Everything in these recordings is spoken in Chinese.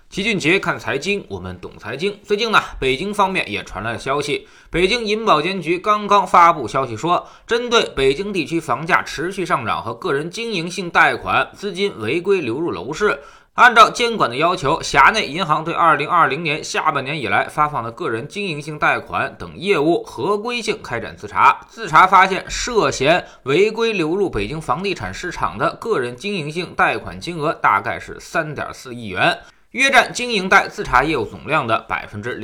齐俊杰看财经，我们懂财经。最近呢，北京方面也传来了消息，北京银保监局刚刚发布消息说，针对北京地区房价持续上涨和个人经营性贷款资金违规流入楼市，按照监管的要求，辖内银行对2020年下半年以来发放的个人经营性贷款等业务合规性开展自查。自查发现，涉嫌违规流入北京房地产市场的个人经营性贷款金额大概是3.4亿元。约占经营贷自查业务总量的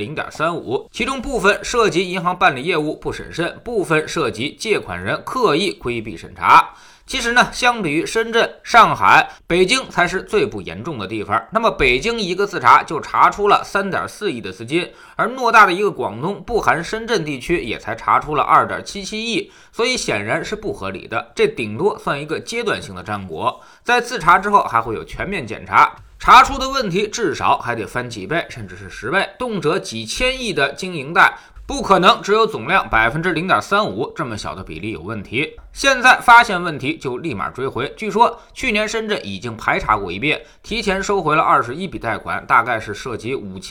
0.35%， 其中部分涉及银行办理业务不审慎，部分涉及借款人刻意规避审查。其实呢，相比于深圳、上海，北京才是最不严重的地方。那么北京一个自查就查出了 3.4亿的资金，而偌大的一个广东不含深圳地区也才查出了 2.77亿，所以显然是不合理的。这顶多算一个阶段性的战果，在自查之后还会有全面检查。查出的问题至少还得翻几倍，甚至是10倍，动辄几千亿的经营贷，不可能只有总量 0.35% 这么小的比例有问题。现在发现问题就立马追回，据说去年深圳已经排查过一遍，提前收回了21笔贷款，大概是涉及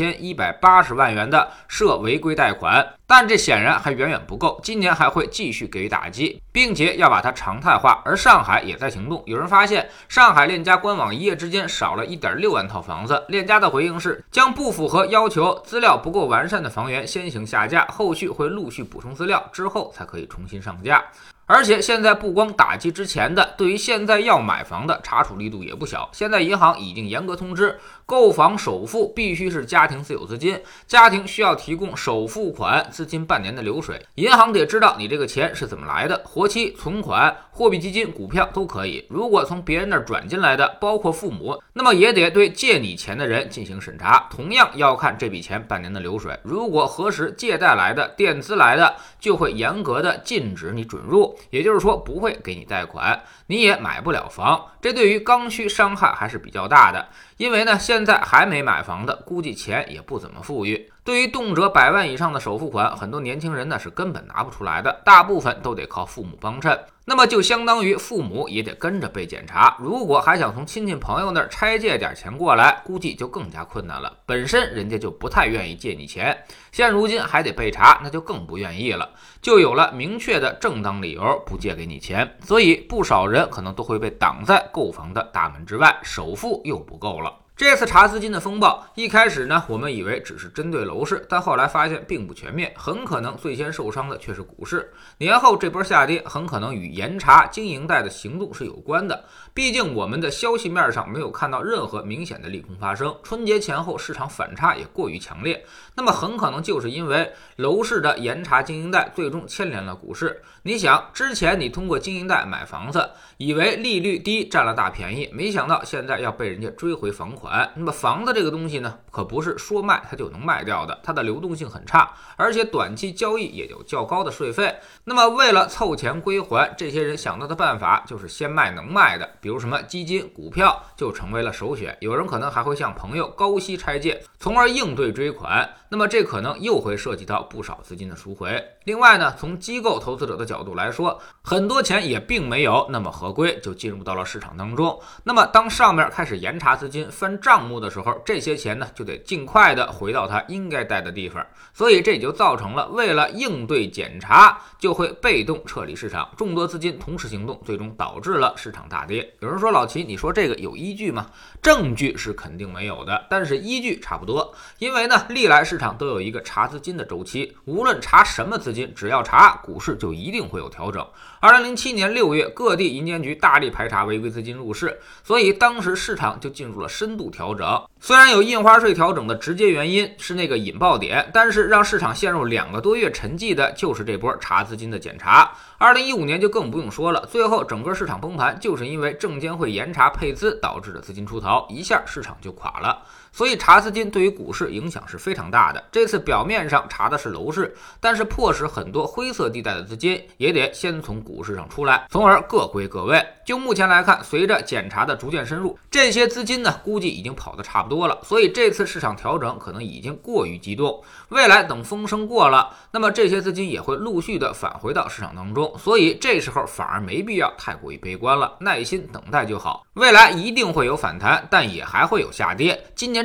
5180万元的涉违规贷款。但这显然还远远不够，今年还会继续给予打击，并且要把它常态化。而上海也在行动，有人发现上海链家官网一夜之间少了 1.6万套房子，链家的回应是将不符合要求、资料不够完善的房源先行下架，后续会陆续补充资料，之后才可以重新上架。而且现在不光打击之前的，对于现在要买房的查处力度也不小。现在银行已经严格通知，购房首付必须是家庭自有资金，家庭需要提供首付款资金半年的流水，银行得知道你这个钱是怎么来的，活期、存款、货币基金、股票都可以。如果从别人那儿转进来的，包括父母，那么也得对借你钱的人进行审查，同样要看这笔钱半年的流水。如果核实借贷来的、垫资来的，就会严格的禁止你准入，也就是说不会给你贷款，你也买不了房。这对于刚需伤害还是比较大的，因为呢，现在还没买房的，估计钱也不怎么富裕。对于动辄100万以上的首付款，很多年轻人呢是根本拿不出来的，大部分都得靠父母帮衬。那么就相当于父母也得跟着被检查，如果还想从亲戚朋友那儿拆借点钱过来，估计就更加困难了。本身人家就不太愿意借你钱，现如今还得被查，那就更不愿意了，就有了明确的正当理由不借给你钱。所以不少人可能都会被挡在购房的大门之外，首付又不够了。这次查资金的风暴，一开始呢，我们以为只是针对楼市，但后来发现并不全面，很可能最先受伤的却是股市。年后这波下跌很可能与严查经营贷的行动是有关的，毕竟我们的消息面上没有看到任何明显的利空发生，春节前后市场反差也过于强烈，那么很可能就是因为楼市的严查经营贷最终牵连了股市。你想，之前你通过经营贷买房子，以为利率低占了大便宜，没想到现在要被人家追回房款。那么房子这个东西呢，可不是说卖它就能卖掉的，它的流动性很差，而且短期交易也有较高的税费。那么为了凑钱归还，这些人想到的办法就是先卖能卖的，比如什么基金、股票就成为了首选。有人可能还会向朋友高息拆借，从而应对追款。那么这可能又会涉及到不少资金的赎回。另外呢，从机构投资者的角度来说，很多钱也并没有那么合规就进入到了市场当中。那么当上面开始严查资金、翻账目的时候，这些钱呢就得尽快的回到它应该待的地方。所以这也就造成了为了应对检查，就会被动撤离市场，众多资金同时行动，最终导致了市场大跌。有人说，老齐，你说这个有依据吗？证据是肯定没有的，但是依据差不多。因为呢，历来市场都有一个查资金的周期，无论查什么资金，只要查，股市就一定会有调整。2007年6月，各地银监局大力排查违规资金入市，所以当时市场就进入了深度调整。虽然有印花税调整的直接原因是那个引爆点，但是让市场陷入2个多月沉寂的就是这波查资金的检查。2015年就更不用说了，最后整个市场崩盘就是因为证监会严查配资导致的资金出逃，一下市场就垮了。所以查资金对于股市影响是非常大的。这次表面上查的是楼市，但是迫使很多灰色地带的资金也得先从股市上出来，从而各归各位。就目前来看，随着检查的逐渐深入，这些资金呢估计已经跑得差不多了，所以这次市场调整可能已经过于激动。未来等风声过了，那么这些资金也会陆续的返回到市场当中，所以这时候反而没必要太过于悲观了，耐心等待就好。未来一定会有反弹，但也还会有下跌。今年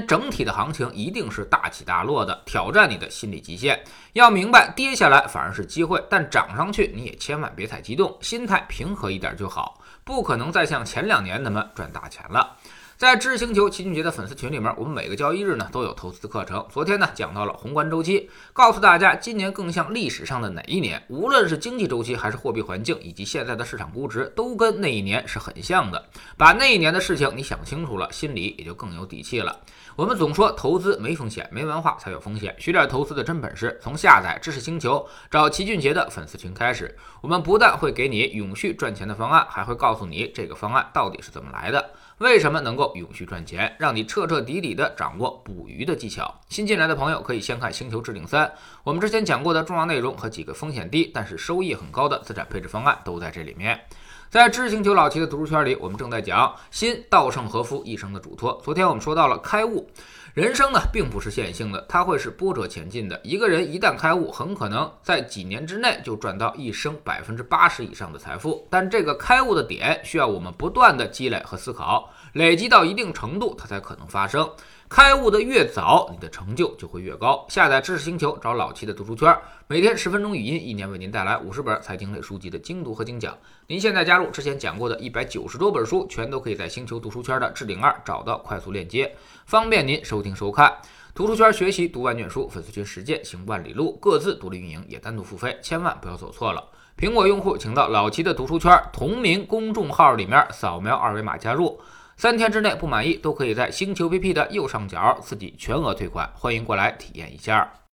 年整体的行情一定是大起大落的，挑战你的心理极限。要明白，跌下来反而是机会，但涨上去你也千万别太激动，心态平和一点就好。不可能再像前2年那么赚大钱了。在知识星球齐俊杰的粉丝群里面，我们每个交易日呢都有投资的课程。昨天呢讲到了宏观周期，告诉大家今年更像历史上的哪一年，无论是经济周期还是货币环境以及现在的市场估值，都跟那一年是很像的。把那一年的事情你想清楚了，心里也就更有底气了。我们总说投资没风险，没文化才有风险。学点投资的真本事，从下载知识星球找齐俊杰的粉丝群开始。我们不但会给你永续赚钱的方案，还会告诉你这个方案到底是怎么来的，为什么能够永续赚钱，让你彻彻底底的掌握捕鱼的技巧。新进来的朋友可以先看《星球置顶3》，我们之前讲过的重要内容和几个风险低但是收益很高的资产配置方案都在这里面。在知识星球老齐的读书圈里，我们正在讲心稻盛和夫一生的嘱托。昨天我们说到了开悟，人生呢并不是线性的，它会是波折前进的。一个人一旦开悟，很可能在几年之内就赚到一生80%以上的财富。但这个开悟的点需要我们不断的积累和思考，累积到一定程度，它才可能发生。开悟的越早，你的成就就会越高。下载知识星球，找老齐的读书圈，每天10分钟语音，一年为您带来50本财经类书籍的精读和精讲。您现在加入，之前讲过的190多本书，全都可以在星球读书圈的置顶2找到快速链接，方便您收听收看。读书圈学习读万卷书，粉丝群实践行万里路，各自独立运营也单独付费，千万不要走错了。苹果用户请到老齐的读书圈同名公众号里面扫描2维码加入。3天之内不满意都可以在星球 PP 的右上角自己全额退款，欢迎过来体验一下。